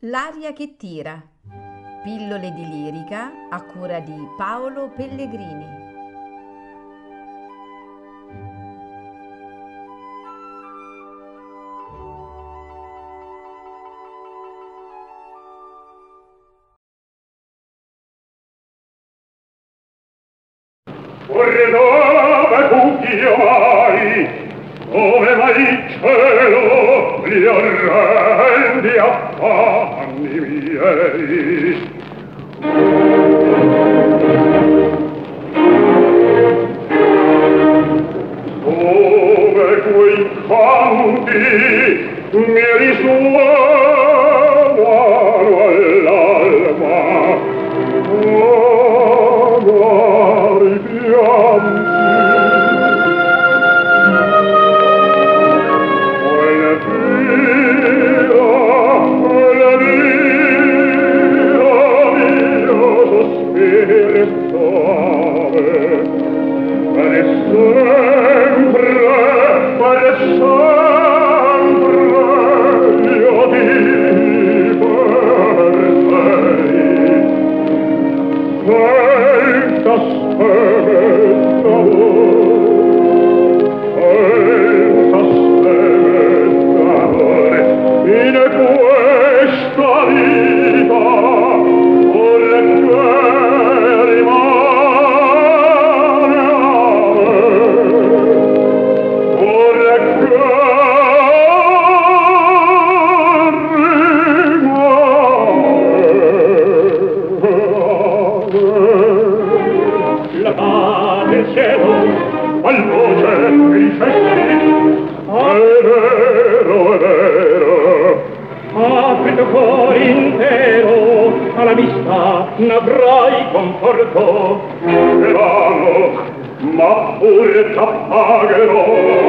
L'aria che tira. Pillole di lirica a cura di Paolo Pellegrini. Dove fuggi mai? Dove mai il cielo li arrendi affanni miei? Dove quei canti mi risuonano all'alma? Magari pianti n'avrai conforto verano, ma pure t'appagherò.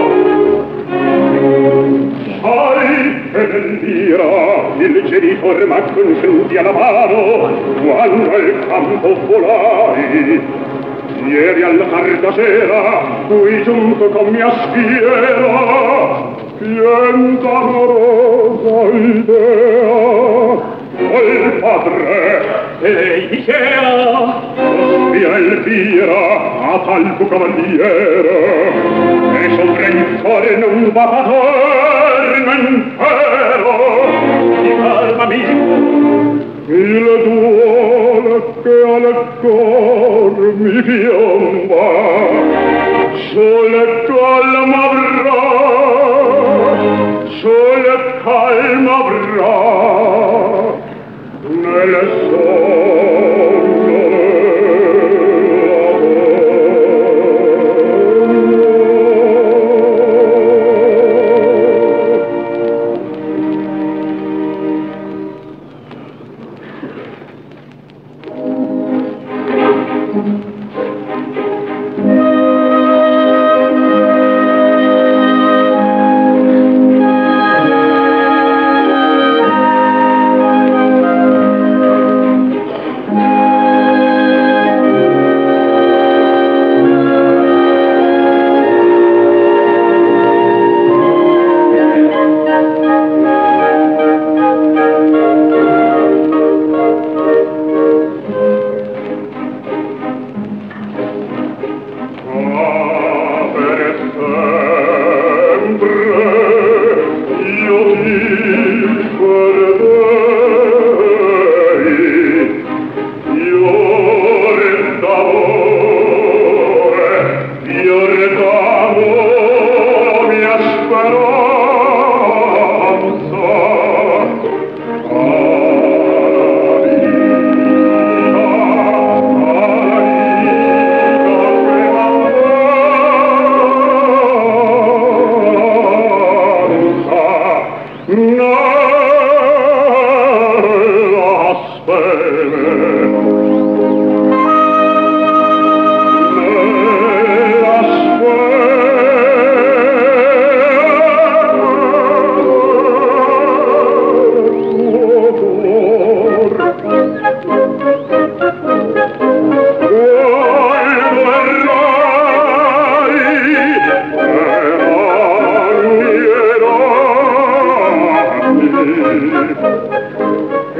Sai che nell'ira il genitor m'ha consentì alla mano quando al campo volai. Ieri alla tarda sera fui giunto con mia schiera, pien d'amorosa idea. Col padre e lei dicea sospira Elvira a tal tu cavaliere e sopra il cuore non va paterno intero. Di calma amico il duole che al cor mi piomba sole calma avrà, sole calma avrà nel sogno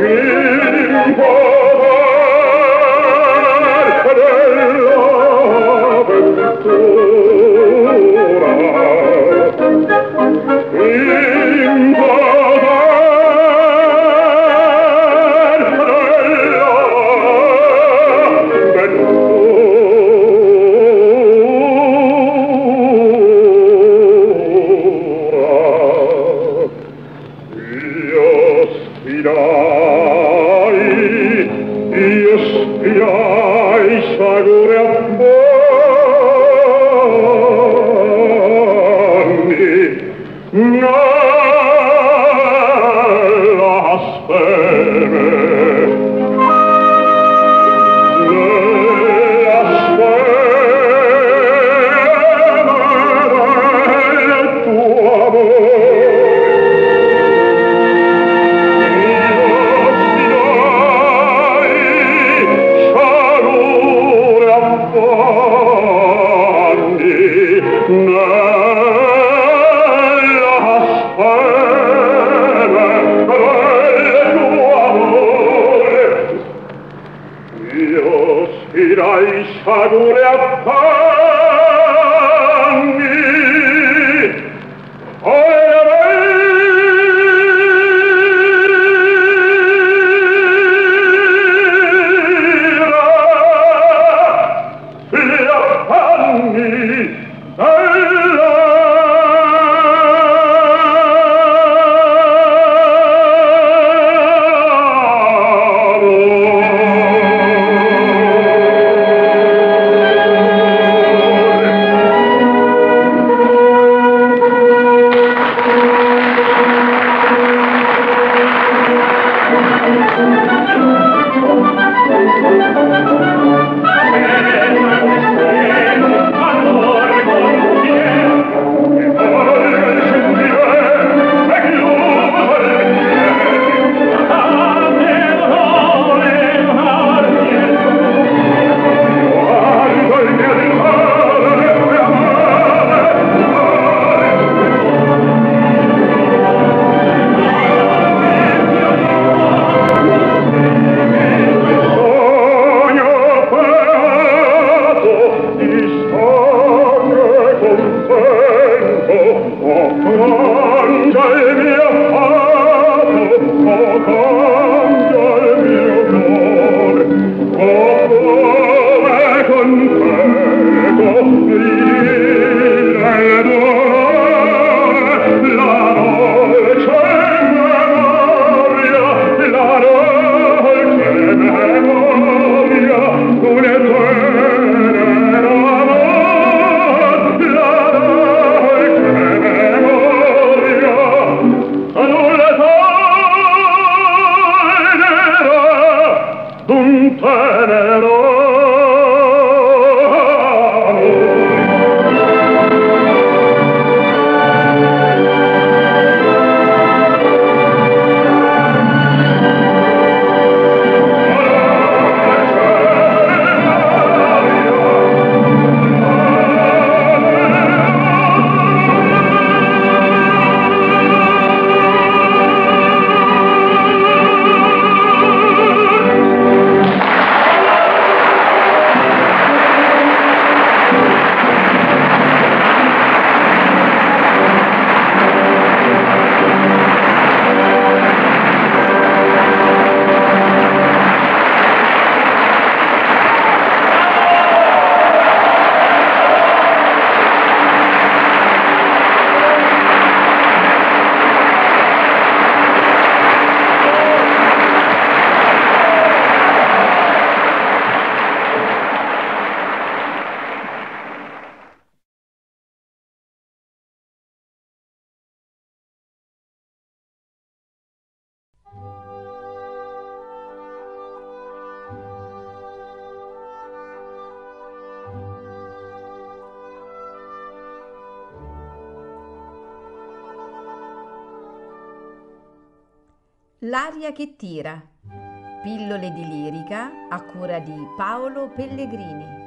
L'aria che tira. Pillole di lirica a cura di Paolo Pellegrini.